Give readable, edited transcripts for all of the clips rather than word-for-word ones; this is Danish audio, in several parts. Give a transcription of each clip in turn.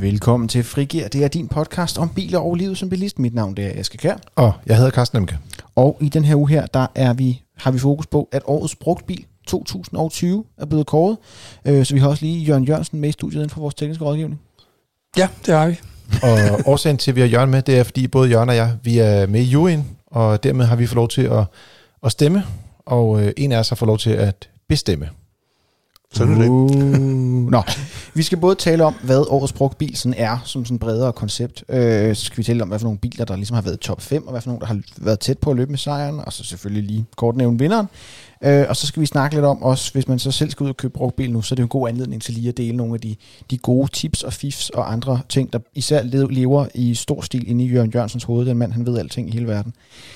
Velkommen til Frigir. Det er din podcast om biler og livet som bilist. Mit navn er Aske Kjær. Og jeg hedder Carsten Emke. Og i den her uge her, har vi fokus på, at årets brugtbil 2020 er blevet kåret. Så vi har også lige Jørgen Jørgensen med i studiet inden for vores tekniske rådgivning. Ja, det har vi. Og årsagen til, at vi har Jørgen med, det er, fordi både Jørgen og jeg, vi er med i juryen, og dermed har vi fået lov til at stemme, og en af os har fået lov til at bestemme. Sådan er det. Nå, vi skal både tale om, hvad årets brugtbil sådan er, som sådan bredere koncept. Så skal vi tale om, hvad for nogle biler, der ligesom har været top 5, og hvad for nogle, der har været tæt på at løbe med sejren, og så selvfølgelig lige kort nævne vinderen. Og så skal vi snakke lidt om også, hvis man så selv skal ud og købe brugtbil nu, så er det jo en god anledning til lige at dele nogle af de gode tips og fifs og andre ting, der især lever i stor stil inde i Jørgen Jørgensens hoved. Den mand, han ved alting i hele verden.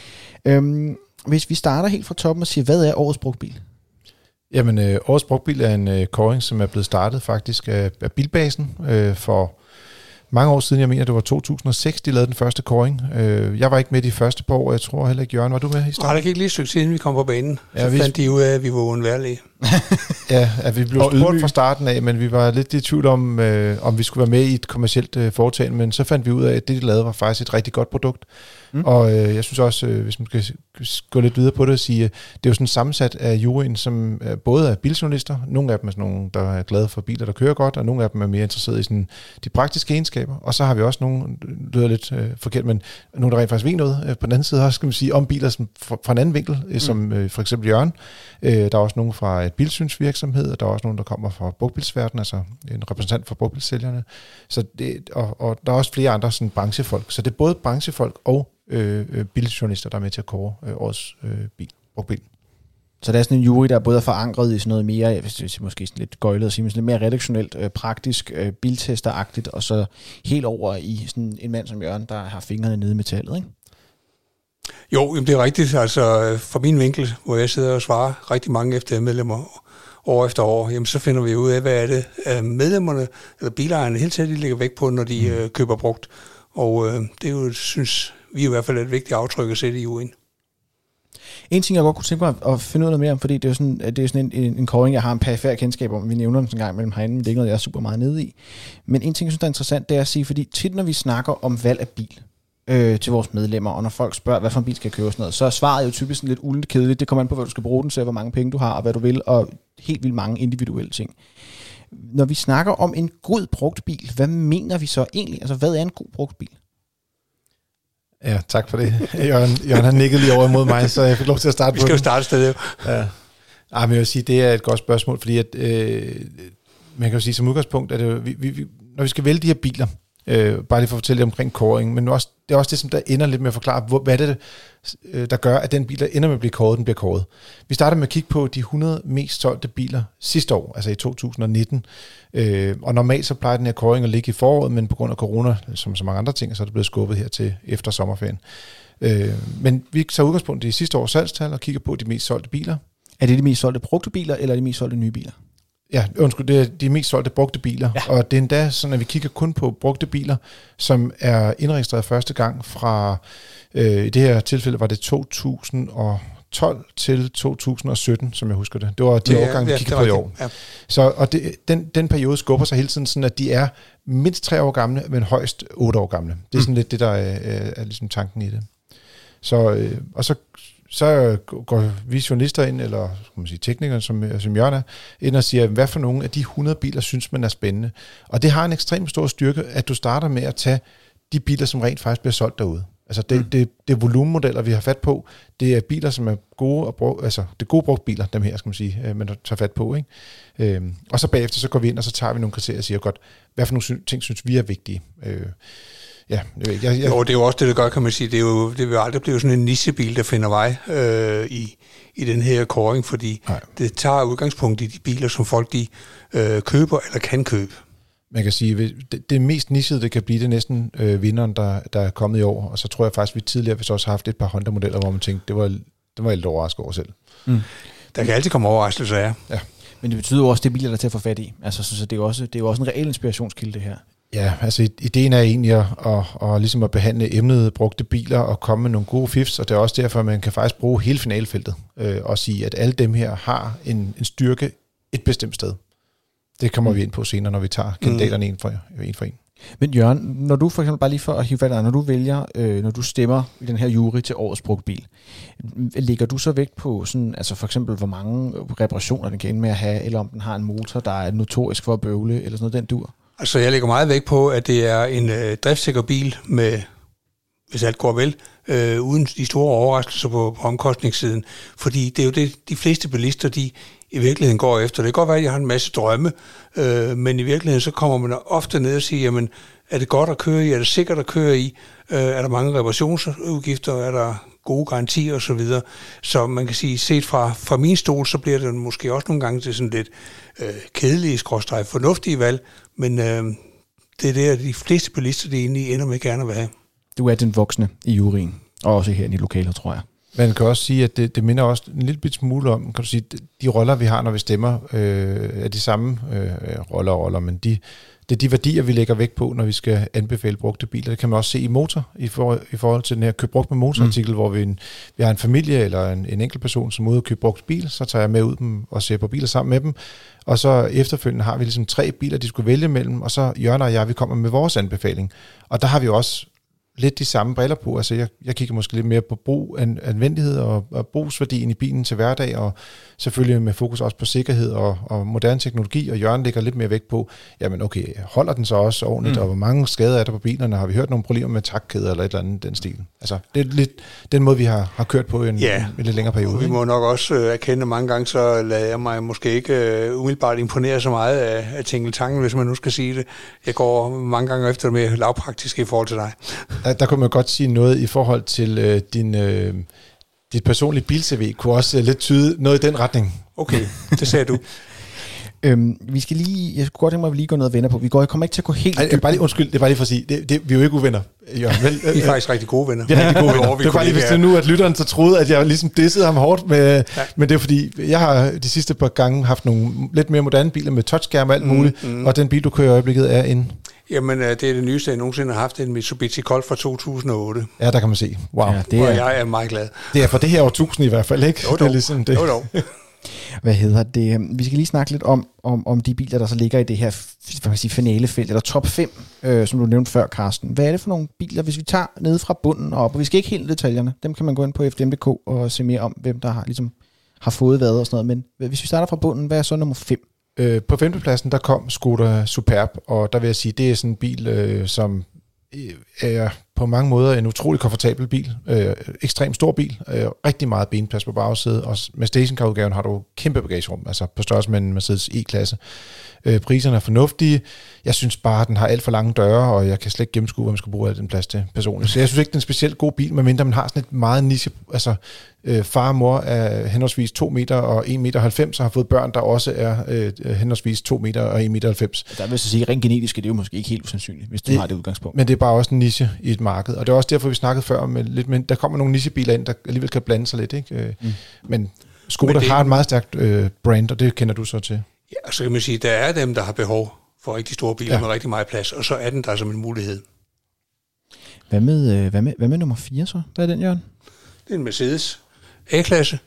Hvis vi starter helt fra toppen og siger, hvad er årets brugtbil? Jamen, årets brugtbil er en kåring, som er blevet startet faktisk af Bilbasen for mange år siden. Jeg mener, det var 2006, de lavede den første kåring. Jeg var ikke med de første par år, jeg tror heller ikke, Jørgen, var du med i starten? Nej, der gik lige et stykke siden, vi kom på banen. Så fandt de ud af, at vi var uundværlige. Ja, at vi blev spurgt fra starten af, men vi var lidt i tvivl om vi skulle være med i et kommercielt foretagende, men så fandt vi ud af, at det, de lavede, var faktisk et rigtig godt produkt. Og jeg synes også, hvis man skal gå lidt videre på det og sige, det er jo sådan sammensat af juryen, som både er biljournalister, nogle af dem er sådan nogle, der er glade for biler, der kører godt, og nogle af dem er mere interesserede i sådan de praktiske egenskaber, og så har vi også nogle, det lyder lidt forkert, men nogle, der rent faktisk ved noget. På den anden side også, skal man sige, om biler som, fra en anden vinkel, som for eksempel Jørgen. Der er også nogle fra et bilsynsvirksomhed, og der er også nogle, der kommer fra brugtbilsverdenen, altså en repræsentant for brugtbilsælgerne. Så det, og der er også flere andre sådan branchefolk, så det er både branchefolk og biljournalister, der er med til at kåre årets brugtbil. Så der er sådan en jury, der både er forankret i sådan noget mere, måske sådan lidt gøjlet at sige, men sådan lidt mere redaktionelt, praktisk, biltesteragtigt, og så helt over i sådan en mand som Jørgen, der har fingrene nede i metallet, ikke? Jo, det er rigtigt. Altså fra min vinkel, hvor jeg sidder og svarer rigtig mange efter medlemmer år efter år, jamen så finder vi ud af, hvad er det medlemmerne, eller bilejerne hele tiden, de lægger væk på, når de køber brugt. Og det er jo, synes vi i hvert fald et vigtigt aftryk at sætte i juryen. En ting, jeg godt kunne tænke mig at finde ud af mere om, fordi det er sådan en kåring, jeg har en perifær kendskab om, vi nævner den en gang mellem herinde, men det er ikke noget, jeg er super meget nede i. Men en ting, jeg synes, der er interessant, det er at sige, fordi tit, når vi snakker om valg af bil til vores medlemmer, og når folk spørger, hvad for en bil skal jeg købe, sådan noget, så er svaret jo typisk sådan lidt uldent kedeligt. Det kommer an på, hvad du skal bruge den til, hvor mange penge du har, og hvad du vil, og helt vildt mange individuelle ting. Når vi snakker om en god brugt bil, hvad mener vi så egentlig? Altså, hvad er en god brugt bil? Ja, tak for det. Jørgen har nikket lige over imod mig, så jeg fik lov til at starte på. Vi skal jo starte et sted. Ja. Men jeg vil sige, det er et godt spørgsmål, fordi at, man kan jo sige, som udgangspunkt, at når vi skal vælge de her biler, bare lige for at fortælle lidt omkring kåringen, men også, det er også det, som der ender lidt med at forklare, hvad er det, der gør, at den bil, der ender med at blive kåret, den bliver kåret. Vi starter med at kigge på de 100 mest solgte biler sidste år, altså i 2019. Og normalt så plejer den her kåring at ligge i foråret, men på grund af corona, som så mange andre ting, så er det blevet skubbet her til efter sommerferien. Men vi tager udgangspunkt i sidste års salgstal og kigger på de mest solgte biler. Er det de mest solgte brugte biler, eller er det de mest solgte nye biler? Ja, det er de mest solgte brugte biler, ja. Og det er endda sådan, at vi kigger kun på brugte biler, som er indregistreret første gang fra, i det her tilfælde var det 2012 til 2017, som jeg husker det. Det var de årgange, vi kigger på i år. Ja. Så, og den periode skubber sig hele tiden sådan, at de er mindst 3 år gamle, men højst 8 år gamle. Det er sådan lidt det, der er ligesom tanken i det. Så, og så går vi journalister ind, eller skal man sige teknikere, som Jørgen er, ind og siger, hvad for nogle af de 100 biler synes man er spændende. Og det har en ekstremt stor styrke, at du starter med at tage de biler, som rent faktisk bliver solgt derude. Altså det er volumenmodeller, vi har fat på. Det er biler, som er gode, altså det er gode brugt biler, dem her, skal man sige, man tager fat på. Ikke? Og så bagefter, så går vi ind, og så tager vi nogle kriterier og siger, godt, hvad for nogle ting synes vi er vigtige. Ja, Jo, det er jo også det, der gør, kan man sige. Det vil aldrig blive sådan en nichebil, der finder vej i den her kåring, fordi det tager udgangspunkt i de biler, som folk de køber eller kan købe. Man kan sige, det mest nichede, det kan blive, det næsten vinderen, der er kommet i år. Og så tror jeg faktisk, vi tidligere også har haft et par Honda-modeller, hvor man tænkte, det var lidt overrasket over selv. Der kan altid komme overraskelser af. Ja. Men det betyder jo også, at det er biler, der er til at få fat i. Altså, så det er jo også en reel inspirationskilde, det her. Ja, altså ideen er egentlig at ligesom at behandle emnet brugte biler og komme med nogle gode fifs, og det er også derfor, at man kan faktisk bruge hele finalefeltet og sige, at alle dem her har en styrke et bestemt sted. Det kommer vi ind på senere, når vi tager kandidaterne en for en. Men Jørgen, når du for eksempel, bare lige for at hive fat, når du vælger, når du stemmer i den her jury til årets brugtbil, lægger du så vægt på sådan, altså for eksempel, hvor mange reparationer den kan ende med at have, eller om den har en motor, der er notorisk for at bøvle, eller sådan noget, den dur? Altså, jeg lægger meget vægt på, at det er en driftssikker bil med, hvis alt går vel, uden de store overraskelser på omkostningssiden. Fordi det er jo det, de fleste bilister, de i virkeligheden går efter. Det kan godt være, at jeg har en masse drømme, men i virkeligheden så kommer man ofte ned og siger, jamen, er det godt at køre i? Er det sikkert at køre i? Er der mange reparationsudgifter? Er der gode garantier osv.? Så man kan sige, set fra min stol, så bliver det måske også nogle gange til sådan lidt kedelige, fornuftige valg, men det er det, de fleste bilister, de egentlig ender med gerne vil have. Du er den voksne i juryen, og også her i lokalet, tror jeg. Man kan også sige, at det minder også en lille smule om, kan du sige, de roller, vi har, når vi stemmer, er de samme roller, men det er de værdier, vi lægger vægt på, når vi skal anbefale brugte biler. Det kan man også se i motor, i forhold til den her køb brugt med motorartikel, hvor vi har en familie eller en enkelt person, som er ude og købe brugt bil, så tager jeg med ud dem og ser på biler sammen med dem, og så efterfølgende har vi ligesom 3 biler, de skulle vælge mellem, og så Jørgen og jeg, vi kommer med vores anbefaling. Og der har vi også lidt de samme briller på. Altså jeg kigger måske lidt mere på anvendelighed og brugsværdien i bilen til hverdag, og selvfølgelig med fokus også på sikkerhed og moderne teknologi, og Jørgen lægger lidt mere vægt på, jamen okay, holder den så også ordentligt, og hvor mange skader er der på bilerne? Har vi hørt nogle problemer med takkæder eller et eller andet den stil? Altså det er lidt den måde, vi har kørt på en lidt længere periode. Vi må nok også erkende, at mange gange så lader jeg mig måske ikke umiddelbart imponere så meget af tingeltangen, hvis man nu skal sige det. Jeg går mange gange efter det mere lavpraktiske i forhold til dig. Der kunne man godt sige noget i forhold til dit personlige bil-CV, kunne også lidt tyde noget i den retning. Okay, det sagde du. Vi skal lige, jeg skulle godt tænke mig, at vi lige går noget venner på. Vi kommer ikke til at gå helt... det er bare lige for at sige, vi er jo ikke uvenner. Jørgen, vel, vi er faktisk rigtig gode venner. Vi er rigtig gode venner. Det er bare lige, hvis det nu, at lytteren så troede, at jeg ligesom dissede ham hårdt, men det er fordi, jeg har de sidste par gange haft nogle lidt mere moderne biler med touchskærm og alt muligt, og den bil, du kører i øjeblikket, er en... Jamen, det er det nyeste, jeg nogensinde har haft, en Mitsubishi Colt fra 2008. Ja, der kan man se. Wow. Ja, og jeg er meget glad. Det er for det her årtusind i hvert fald, ikke? Jo, det er ligesom det. Jo. Hvad hedder det? Vi skal lige snakke lidt om de biler, der så ligger i det her finalefelt, eller top 5, som du nævnte før, Carsten. Hvad er det for nogle biler, hvis vi tager nede fra bunden og op, og vi skal ikke helt detaljerne, dem kan man gå ind på FDM.dk og se mere om, hvem der har fået hvad og sådan noget, men hvis vi starter fra bunden, hvad er så nummer 5? På 5. pladsen, der kom Skoda Superb, og der vil jeg sige, det er sådan en bil, som er på mange måder en utrolig komfortabel bil. Ekstremt stor bil. Rigtig meget benplads på bagsædet. Og med stationcar-udgaven har du kæmpe bagagerum, altså på størrelse med en Mercedes E-klasse. Priserne er fornuftige. Jeg synes bare, at den har alt for lange døre, og jeg kan slet ikke gennemskue, hvad man skal bruge al den plads til personligt. Så jeg synes ikke, det er en specielt god bil, medmindre man har sådan et meget niche. Altså far og mor er henholdsvis 2 meter og 1,90 meter, og har fået børn, der også er henholdsvis 2 meter og 1,90 meter. Der vil så sige, rent genetisk er det jo måske ikke helt usandsynligt, hvis du har det udgangspunkt. Men det er bare også en niche i et marked, og det er også derfor, vi snakkede før om lidt, men der kommer nogle nichebiler ind, der alligevel kan blande sig lidt, ikke? Men Skoda har et meget stærkt brand, og det kender du så til. Ja, så kan man sige, der er dem, der har behov for rigtig store biler med rigtig meget plads, og så er den der som en mulighed. Hvad med nummer 4 så? Hvad er den, Jørgen? Det er en Mercedes A-klasse.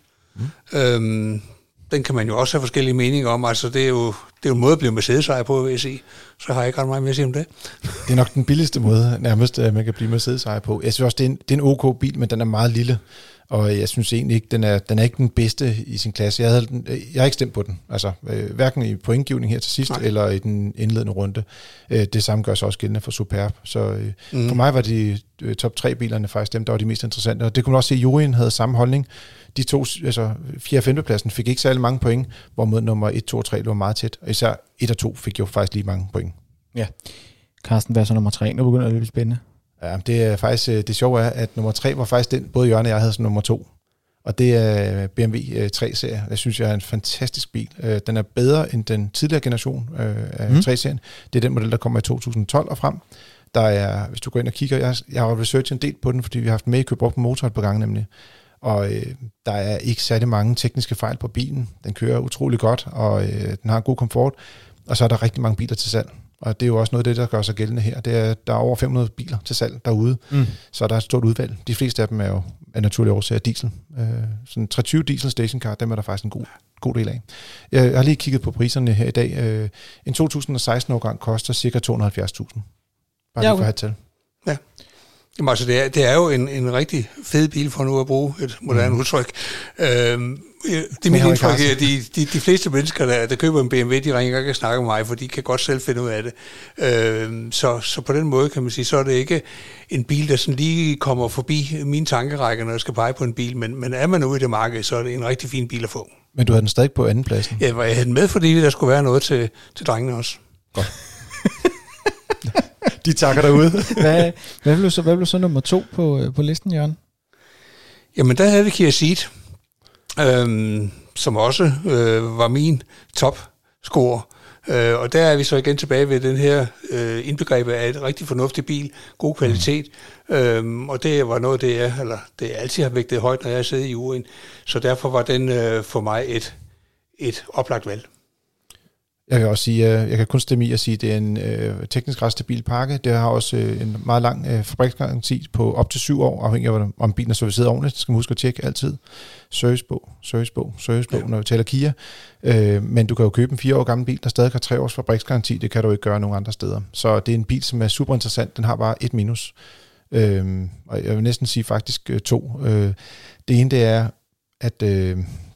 Den kan man jo også have forskellige meninger om. Altså, det er jo en måde at blive Mercedes-ejer på, vil jeg sige. Så har jeg ikke ret meget mere at sige om det. Det er nok den billigste måde, nærmest, at man kan blive Mercedes-ejer på. Jeg synes også, det er en OK bil, men den er meget lille. Og jeg synes egentlig ikke, den er ikke den bedste i sin klasse. Jeg har ikke stemt på den. Altså, hverken i pointgivning her til sidst, eller i den indledende runde. Det samme gør sig også gældende for Superb. Så for mig var de top 3 bilerne faktisk dem, der var de mest interessante. Og det kunne man også se, at juryen havde samme holdning. De to, altså 4. og 5. pladsen fik ikke særlig mange point, hvorimod nummer 1, 2 og 3 var meget tæt. Og især 1 og 2 fik jo faktisk lige mange point. Ja. Carsten, hvad er så nummer 3? Nu begynder det at blive spændende. Ja, det er faktisk, det sjove er, at nummer 3 var faktisk den, både Jørgen og jeg havde som nummer 2. Og det er BMW 3-serie. Jeg synes, jeg er en fantastisk bil. Den er bedre end den tidligere generation af 3-serien. Det er den model, der kommer i 2012 og frem. Der er, hvis du går ind og kigger, jeg har researchet en del på den, fordi vi har haft med i købt på motor et par gange nemlig. Og der er ikke særlig mange tekniske fejl på bilen. Den kører utrolig godt, og den har en god komfort. Og så er der rigtig mange biler til salg. Og det er jo også noget af det, der gør sig gældende her. Det er, der er over 500 biler til salg derude, så der er et stort udvalg. De fleste af dem er jo af naturlige årsager diesel. Sådan 320 diesel stationcar, dem er der faktisk en god del af. Jeg har lige kigget på priserne her i dag. En 2016-årgang koster ca. 270.000. Bare lige for at have et tal. Ja. Jamen, altså, det er jo en rigtig fed bil, for nu at bruge et moderne udtryk. Det er mit indtryk, at de fleste mennesker, der køber en BMW, de ringer ikke og snakker med mig, for de kan godt selv finde ud af det. Så på den måde kan man sige, så er det ikke en bil, der sådan lige kommer forbi mine tankerækker, når jeg skal pege på en bil, men er man ude i det marked, så er det en rigtig fin bil at få. Men du havde den stadig på anden pladsen? Ja, jeg havde den med, fordi der skulle være noget til drengene også. Godt. De takker derude. Hvad blev så nummer 2 på listen, Jørgen? Jamen, der havde vi Kia Ceed, som også var min top-score. Og der er vi så igen tilbage ved den her indbegrebet af et rigtig fornuftig bil, god kvalitet. Og det var noget, det jeg altid har vægtet højt, når jeg sidder i juryen. Så derfor var den for mig et oplagt valg. Jeg kan også sige, jeg kan kun stemme i at sige, at det er en teknisk ret stabil pakke. Det har også en meget lang fabriksgaranti på op til 7 år, afhængig af om bilen er serviceret ordentligt. Det skal man huske at tjekke altid. Servicebog, ja. Når vi taler Kia. Men du kan jo købe en 4 år gammel bil, der stadig har 3 års fabriksgaranti. Det kan du ikke gøre nogen andre steder. Så det er en bil, som er super interessant. Den har bare et minus. Og jeg vil næsten sige faktisk 2. Det ene, det er, at der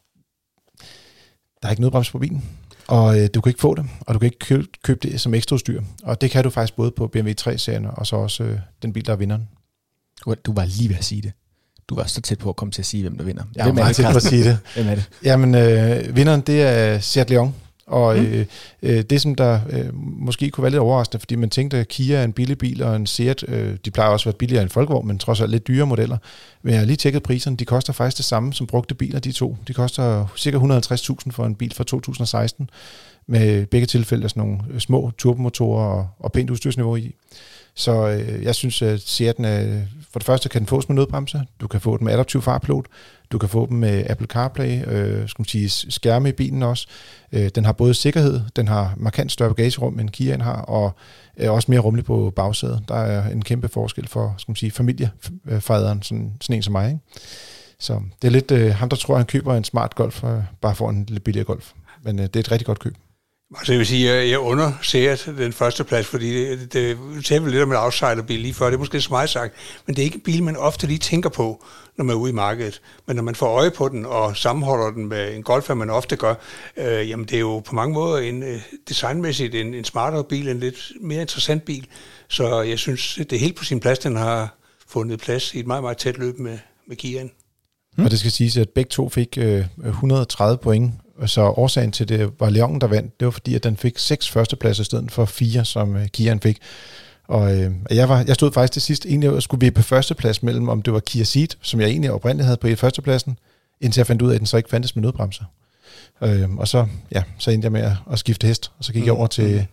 er ikke nødbremse på bilen. Og du kan ikke få det, og du kan ikke købe det som ekstra udstyr. Og det kan du faktisk både på BMW 3-serien, og så også den bil, der er vinderen. Du var lige ved at sige det. Du var så tæt på at komme til at sige, hvem der vinder. Jeg var meget tæt på at sige det. Hvem er det? Jamen, vinderen, det er Seat Leon. Og det, som der måske kunne være lidt overraskende, fordi man tænkte, at Kia er en billig bil, og en Seat, de plejer også at være billigere end Folkevogn, men trods alt lidt dyre modeller. Men jeg har lige tjekket priserne, de koster faktisk det samme som brugte biler, de to. De koster ca. 150.000 for en bil fra 2016, med begge tilfælde sådan nogle små turbomotorer og pænt udstyrsniveau i. Så jeg synes, at Seaten for det første kan den fås med nødbremse, du kan få den med adaptiv fartpilot, du kan få dem med Apple CarPlay, skal man sige, skærme i bilen også. Den har både sikkerhed, den har markant større bagagerum, end Kiaen har, og er også mere rummelig på bagsædet. Der er en kæmpe forskel for, skal man sige, familiefaderen, sådan en som mig. Ikke? Så det er lidt ham, der tror, han køber en smart Golf, bare for en lidt billigere Golf. Men det er et rigtig godt køb. Altså jeg vil sige, at jeg underser den første plads, fordi det tager lidt om en outsiderbil lige før. Det er måske så meget sagt, men det er ikke en bil, man ofte lige tænker på, når man er ude i markedet. Men når man får øje på den og sammenholder den med en Golf, hvad man ofte gør, jamen det er jo på mange måder designmæssigt en smartere bil, en lidt mere interessant bil. Så jeg synes, det er helt på sin plads, den har fundet plads i et meget, meget tæt løb med Kiaen. Og det skal siges, at begge to fik 130 point. Så årsagen til det var Leon, der vandt. Det var fordi, at den fik 6 førstepladser i stedet for 4, som Kiaen fik. Og jeg stod faktisk til sidst egentlig og skulle være på førsteplads mellem, om det var Kia Ceed, som jeg egentlig oprindeligt havde på førstepladsen, indtil jeg fandt ud af, at den så ikke fandtes med nødbremser. Og så endte jeg med at skifte hest, og så gik jeg over til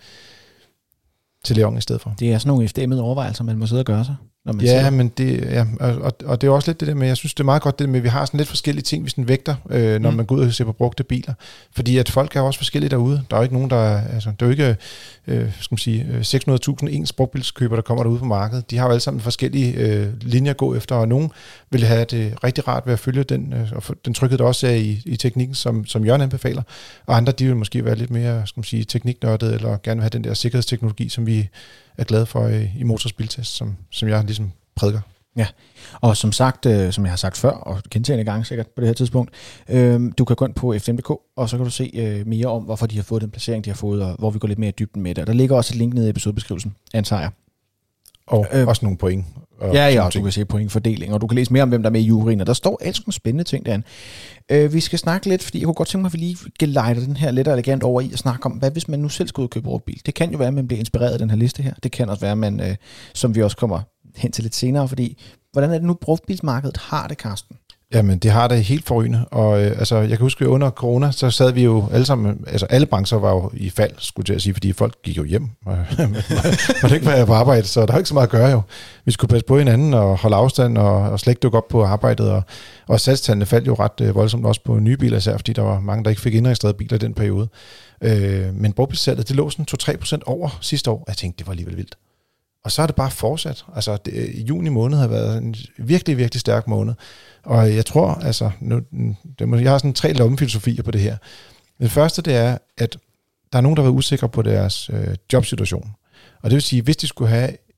Leon i stedet for. Det er sådan nogle FDM'ede overvejelser, man må sidde og gøre sig. Ja, men og det er også lidt det der med, jeg synes, det er meget godt det der med, at vi har sådan lidt forskellige ting, vi sådan vægter, når man går ud og ser på brugte biler. Fordi at folk er også forskellige derude. Der er jo ikke nogen, der er jo ikke, skal man sige, 600.000 ens brugtbilskøber, der kommer derude på markedet. De har jo alle sammen forskellige linjer at gå efter, og nogen vil have det rigtig rart ved at følge den tryghed, der også er i teknikken, som Jørgen anbefaler. Og andre, de vil måske være lidt mere, skal man sige, tekniknørdet, eller gerne vil have den der sikkerhedsteknologi, som vi er glade for i Motorspiltest, som jeg ligesom prædiker. Ja, og som sagt, som jeg har sagt før, og gentagende gange sikkert på det her tidspunkt, du kan gå ind på FDM.dk, og så kan du se mere om, hvorfor de har fået den placering, de har fået, og hvor vi går lidt mere i dybden med det. Og der ligger også et link nede i episodebeskrivelsen, antager jeg. Og også nogle point. Og du kan se pointfordeling, og du kan læse mere om, hvem der er med i juryen, og der står altså nogle spændende ting derinde. Vi skal snakke lidt, fordi jeg kunne godt tænke mig, at vi lige gelejder den her lidt elegant over i at snakke om, hvad hvis man nu selv skal ud og købe brugtbil. Det kan jo være, at man bliver inspireret af den her liste her. Det kan også være, at man, som vi også kommer hen til lidt senere, fordi hvordan er det nu, brugtbilsmarkedet har det, Carsten? Jamen, det har det helt forrygende, og jeg kan huske, at under corona, så sad vi jo alle sammen, alle brancher var jo i fald, skulle jeg sige, fordi folk gik jo hjem, og man ikke være på arbejde, så der er ikke så meget at gøre jo. Vi skulle passe på hinanden og holde afstand og slet ikke dukke op på arbejdet, og salgstallene faldt jo ret voldsomt også på nye biler, især fordi der var mange, der ikke fik indregistreret biler i den periode. Men brugtbilssalget, det lå sådan 2-3% over sidste år, jeg tænkte, det var alligevel vildt. Og så er det bare fortsat. Altså, juni måned har været en virkelig, virkelig stærk måned. Og jeg tror, jeg har sådan 3 lommefilosofier på det her. Det første, det er, at der er nogen, der har været usikre på deres jobsituation. Og det vil sige, hvis de skulle have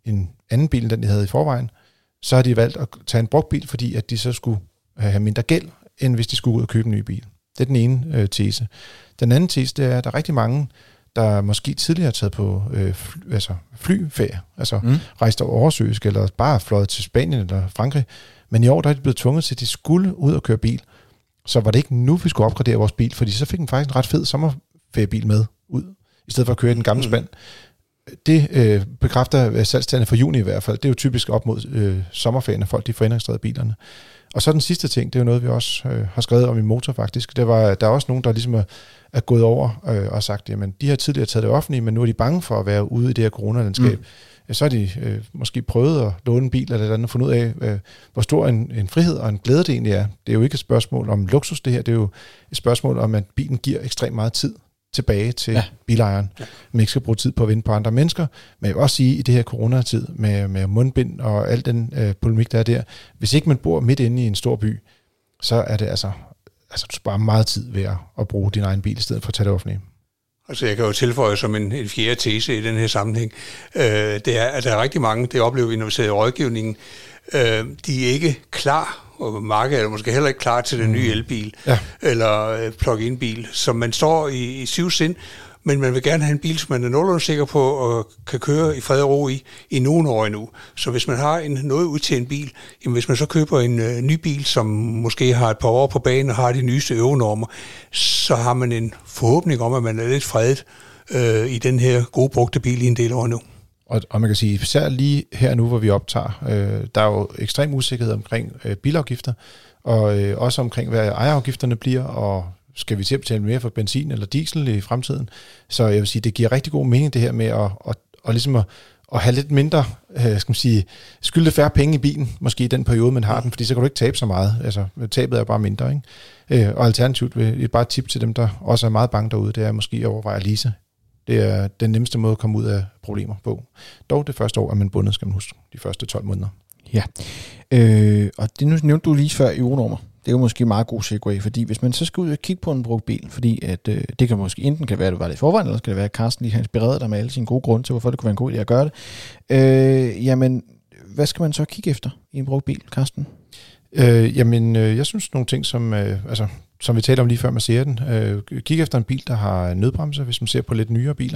en anden bil, end den de havde i forvejen, så har de valgt at tage en brugt bil, fordi at de så skulle have mindre gæld, end hvis de skulle ud og købe en ny bil. Det er den ene tese. Den anden tese, det er, at der er rigtig mange, der måske tidligere har taget på flyferie, rejst over oversøisk, eller bare fløjet til Spanien eller Frankrig, men i år der er de blevet tvunget til, at de skulle ud og køre bil. Så var det ikke nu, vi skulle opgradere vores bil, fordi så fik den faktisk en ret fed sommerferiebil med ud, i stedet for at køre i den gamle spand. Det bekræfter salgstallene for juni i hvert fald. Det er jo typisk op mod sommerferien, når folk de får indregistreret bilerne. Og så den sidste ting, det er jo noget, vi også har skrevet om i Motor faktisk. Der er også nogen, der ligesom er gået over og har sagt, jamen de har tidligere taget det offentlige, men nu er de bange for at være ude i det her coronalandskab. Så har de måske prøvet at låne en bil eller andet, og fundet ud af, hvor stor en frihed og en glæde det egentlig er. Det er jo ikke et spørgsmål om luksus det her, det er jo et spørgsmål om, at bilen giver ekstremt meget tid tilbage til bilejeren. Man ikke skal bruge tid på at vente på andre mennesker. Men jeg vil også sige, i det her coronatid med mundbind og al den polemik, der er der, hvis ikke man bor midt inde i en stor by, så er det altså du sparer meget tid ved at bruge din egen bil, i stedet for at tage det offentlige. Altså jeg kan jo tilføje som en fjerde tese i den her sammenhæng, det er, at der er rigtig mange, det oplever vi, når vi sidder i rådgivningen, de er ikke klar, og markedet er måske heller ikke klar til den nye elbil, eller plug-in bil, så man står i sivsind, men man vil gerne have en bil, som man er nogenlunde sikker på og kan køre i fred og ro i nogle år endnu. Så hvis man har en noget udtjent bil, jamen hvis man så køber en ny bil, som måske har et par år på banen og har de nyeste euronormer, så har man en forhåbning om, at man er lidt fredet i den her gode brugte bil i en del år nu. Og man kan sige, især lige her nu, hvor vi optager, der er jo ekstrem usikkerhed omkring bilafgifter, og også omkring, hvad ejerafgifterne bliver, og skal vi til at betale mere for benzin eller diesel i fremtiden. Så jeg vil sige, det giver rigtig god mening det her med at ligesom at have lidt mindre, skylde færre penge i bilen, måske i den periode, man har den, fordi så kan du ikke tabe så meget. Altså, tabet er bare mindre, ikke? Og alternativt vil bare et tip til dem, der også er meget bange derude, det er måske at overveje at lease. Det er den nemmeste måde at komme ud af problemer på. Dog det første år er man bundet, skal man huske, de første 12 måneder. Ja, og det nu nævnte du lige før euronormer. Det er jo måske meget god segue, fordi hvis man så skal ud og kigge på en brugt bil, fordi at, det kan måske enten kan være, at du var det i forvejen, eller skal det være, at Carsten lige har inspireret dig med alle sine gode grunde til, hvorfor det kunne være en god idé at gøre det. Jamen, hvad skal man så kigge efter i en brugt bil, Carsten? Jeg synes nogle ting, som vi talte om lige før, man ser den. Kig efter en bil, der har nødbremser, hvis man ser på lidt nyere biler.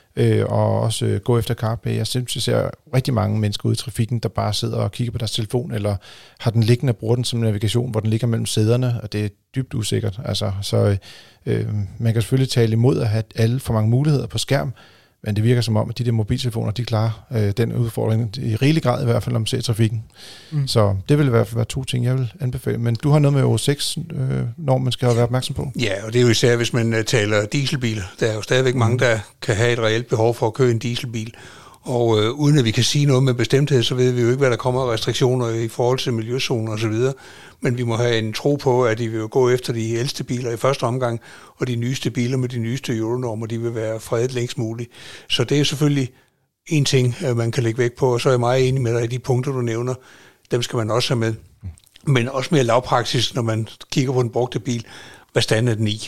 Og også gå efter CarPlay. Jeg synes, jeg ser rigtig mange mennesker ude i trafikken, der bare sidder og kigger på deres telefon, eller har den liggende og bruger den som navigation, hvor den ligger mellem sæderne, og det er dybt usikkert. Så man kan selvfølgelig tale imod at have alle for mange muligheder på skærm, men det virker som om, at de der mobiltelefoner, de klarer den udfordring i rigelig grad, i hvert fald, når man ser trafikken. Så det vil i hvert fald være 2 ting, jeg vil anbefale. Men du har noget med Euro 6, når man skal være opmærksom på. Ja, og det er jo især, hvis man taler dieselbiler. Der er jo stadigvæk mange, der kan have et reelt behov for at køre en dieselbil. Og uden at vi kan sige noget med bestemthed, så ved vi jo ikke, hvad der kommer af restriktioner i forhold til miljøzoner osv. Men vi må have en tro på, at de vil gå efter de ældste biler i første omgang, og de nyeste biler med de nyeste euronormer, de vil være fredet længst muligt. Så det er selvfølgelig en ting, man kan lægge vægt på, og så er jeg meget enig med dig i de punkter, du nævner. Dem skal man også have med. Men også mere lavpraktisk, når man kigger på den brugte bil. Hvad stand er den i?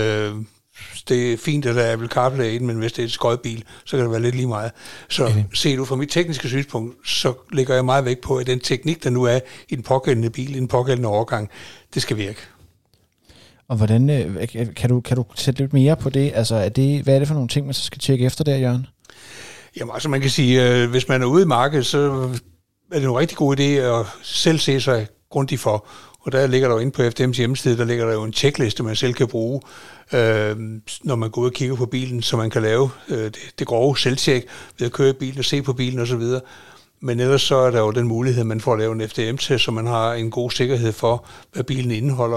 Det er fint, at der er Apple CarPlay, men hvis det er et skøjbil, så kan det være lidt lige meget. Så set ud fra mit tekniske synspunkt, så lægger jeg meget vægt på, at den teknik, der nu er i den pågældende bil, i den pågældende overgang, det skal virke. Og hvordan, kan du sætte lidt mere på det? Altså, hvad er det for nogle ting, man så skal tjekke efter der, Jørgen? Jamen altså, man kan sige, hvis man er ude i markedet, så er det en rigtig god idé at selv se sig grundigt for. Og der ligger der jo inde på FDM's hjemmeside, der ligger der jo en checkliste, man selv kan bruge, når man går ud og kigger på bilen, så man kan lave det grove selvtjek ved at køre i bilen og se på bilen osv. Men ellers så er der jo den mulighed, man får at lave en FDM-test, så man har en god sikkerhed for, hvad bilen indeholder.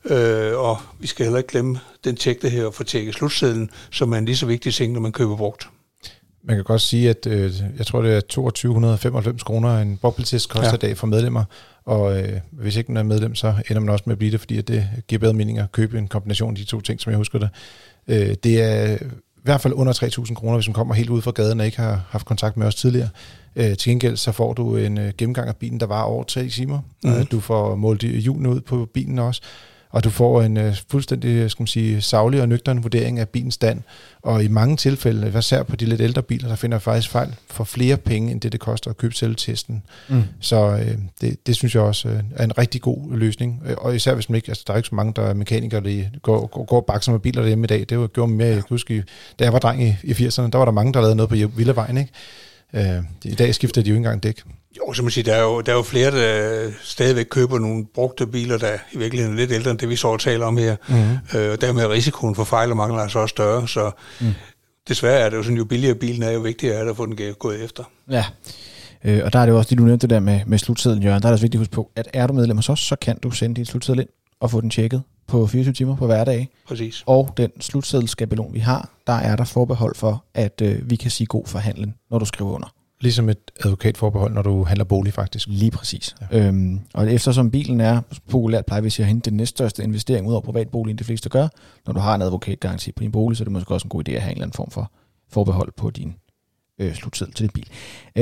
Og vi skal heller ikke glemme den tjek, der her at få tjekket slutsedlen, som er en lige så vigtig ting, når man køber brugt. Man kan godt sige, at jeg tror, det er 2295 kroner en brugtbiltest koster i dag for medlemmer. Og hvis ikke man er medlem, så ender man også med at blive det, fordi at det giver bedre mening at købe en kombination af de 2 ting, som jeg husker det. Det er i hvert fald under 3.000 kroner, hvis man kommer helt ud fra gaden og ikke har haft kontakt med os tidligere. Til gengæld så får du en gennemgang af bilen, der var over 3 timer. Du får målt hjulene ud på bilen også. og du får en fuldstændig, skal man sige, saglig og nøgtern vurdering af bilens stand. Og i mange tilfælde, især på de lidt ældre biler, der finder jeg faktisk fejl for flere penge, end det koster at købe selve testen. Så det synes jeg også er en rigtig god løsning. Og især hvis man ikke, altså der er ikke så mange, der er mekanikere, der går og bakser med biler derhjemme i dag. Det var gjort mere, jeg kan huske, da jeg var dreng i 80'erne, der var der mange, der lavede noget på Villavejen, ikke? I dag skifter de jo ikke engang dæk. Jo, som man siger, der er jo flere, der stadigvæk køber nogle brugte biler, der i virkeligheden er lidt ældre end det, vi så taler om her. Og dermed er risikoen for fejl og mangler altså også større, så desværre er det jo sådan, jo billigere bilen er, jo vigtigere er det at få den gået efter. Ja, og der er det jo også, det du nævnte det der med slutsedlen, Jørgen, der er det også vigtigt at huske på, at er du medlem hos os, så kan du sende din slutseddel ind og få den tjekket på 24 timer på hverdag. Præcis. Og den slutseddelskabelon, vi har, der er der forbehold for, at vi kan sige god for handlen, når du skriver under. Ligesom et advokatforbehold, når du handler bolig, faktisk. Lige præcis. Ja. Og eftersom bilen er populært, plejer vi at sige, at hente den næststørste investering ud over privatboligen, de fleste gør. Når du har en advokatgaranti på din bolig, så er det måske også en god idé at have en eller anden form for forbehold på din slutseddel til din bil.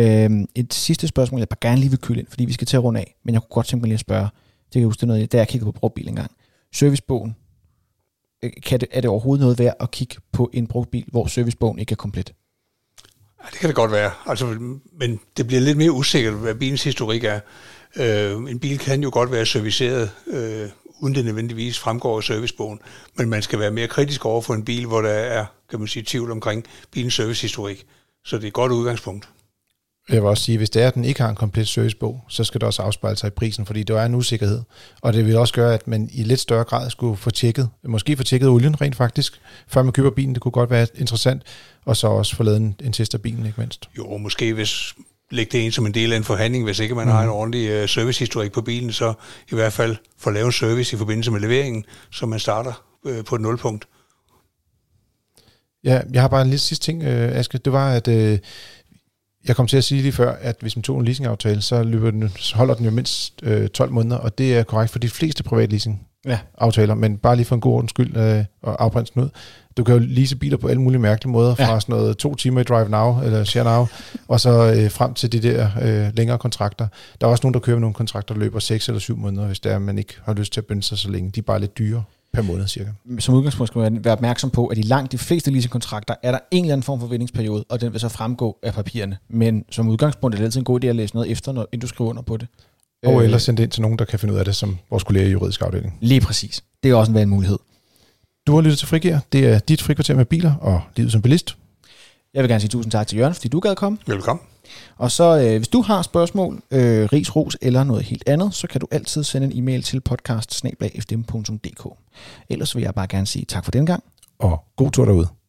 Et sidste spørgsmål, jeg bare gerne lige vil køle ind, fordi vi skal til at runde af, men jeg kunne godt tænke mig lige at spørge, det kan jeg huske, det er noget, da jeg kiggede på brugt bil engang. Servicebogen, er det overhovedet noget værd at kigge på en brugt bil, hvor servicebogen ikke er komplet? Ja, det kan det godt være, altså, men det bliver lidt mere usikkert, hvad bilens historik er. En bil kan jo godt være serviceret, uden det nødvendigvis fremgår af servicebogen, men man skal være mere kritisk over for en bil, hvor der er, kan man sige, tvivl omkring bilens servicehistorik. Så det er et godt udgangspunkt. Jeg vil også sige, hvis det er, at den ikke har en komplet servicebog, så skal det også afspejle sig i prisen, fordi der er en usikkerhed. Og det vil også gøre, at man i lidt større grad skulle få tjekket, måske få tjekket olien rent faktisk, før man køber bilen. Det kunne godt være interessant. Og så også få lavet en test af bilen, ikke mindst. Jo, måske hvis lægge det ind som en del af en forhandling, hvis ikke man har en ordentlig servicehistorik på bilen, så i hvert fald få lavet en service i forbindelse med leveringen, så man starter på et nulpunkt. Ja, jeg har bare en lille sidste ting, Aske. Det var, at jeg kom til at sige lige før, at hvis man tog en leasingaftale, så holder den jo mindst 12 måneder, og det er korrekt for de fleste privatleasing-aftaler, men bare lige for en god ordens skyld og afbrænde den ud. Du kan jo lease biler på alle mulige mærkelige måder, fra sådan noget 2 timer i Drive Now, eller Share Now, og så frem til de der længere kontrakter. Der er også nogen, der køber nogle kontrakter, der løber 6 eller 7 måneder, hvis det er, man ikke har lyst til at binde sig så længe. De er bare lidt dyre per måned, cirka. Som udgangspunkt skal man være opmærksom på, at i langt de fleste leasingkontrakter er der en eller anden form for vendingsperiode, og den vil så fremgå af papirerne. Men som udgangspunkt er det altid en god idé at læse noget efter, inden du skriver under på det. Og ellers sende det ind til nogen, der kan finde ud af det, som vores kolleger i juridisk afdeling. Lige præcis. Det er også en valgmulighed. Du har lyttet til Frigir. Det er dit frikvarter med biler og livet som bilist. Jeg vil gerne sige tusind tak til Jørgen, fordi du gad komme. Velkommen. Og så hvis du har spørgsmål, ris, ros eller noget helt andet, så kan du altid sende en e-mail til podcast@fdm.dk. Ellers vil jeg bare gerne sige tak for den gang. Og god tur derude.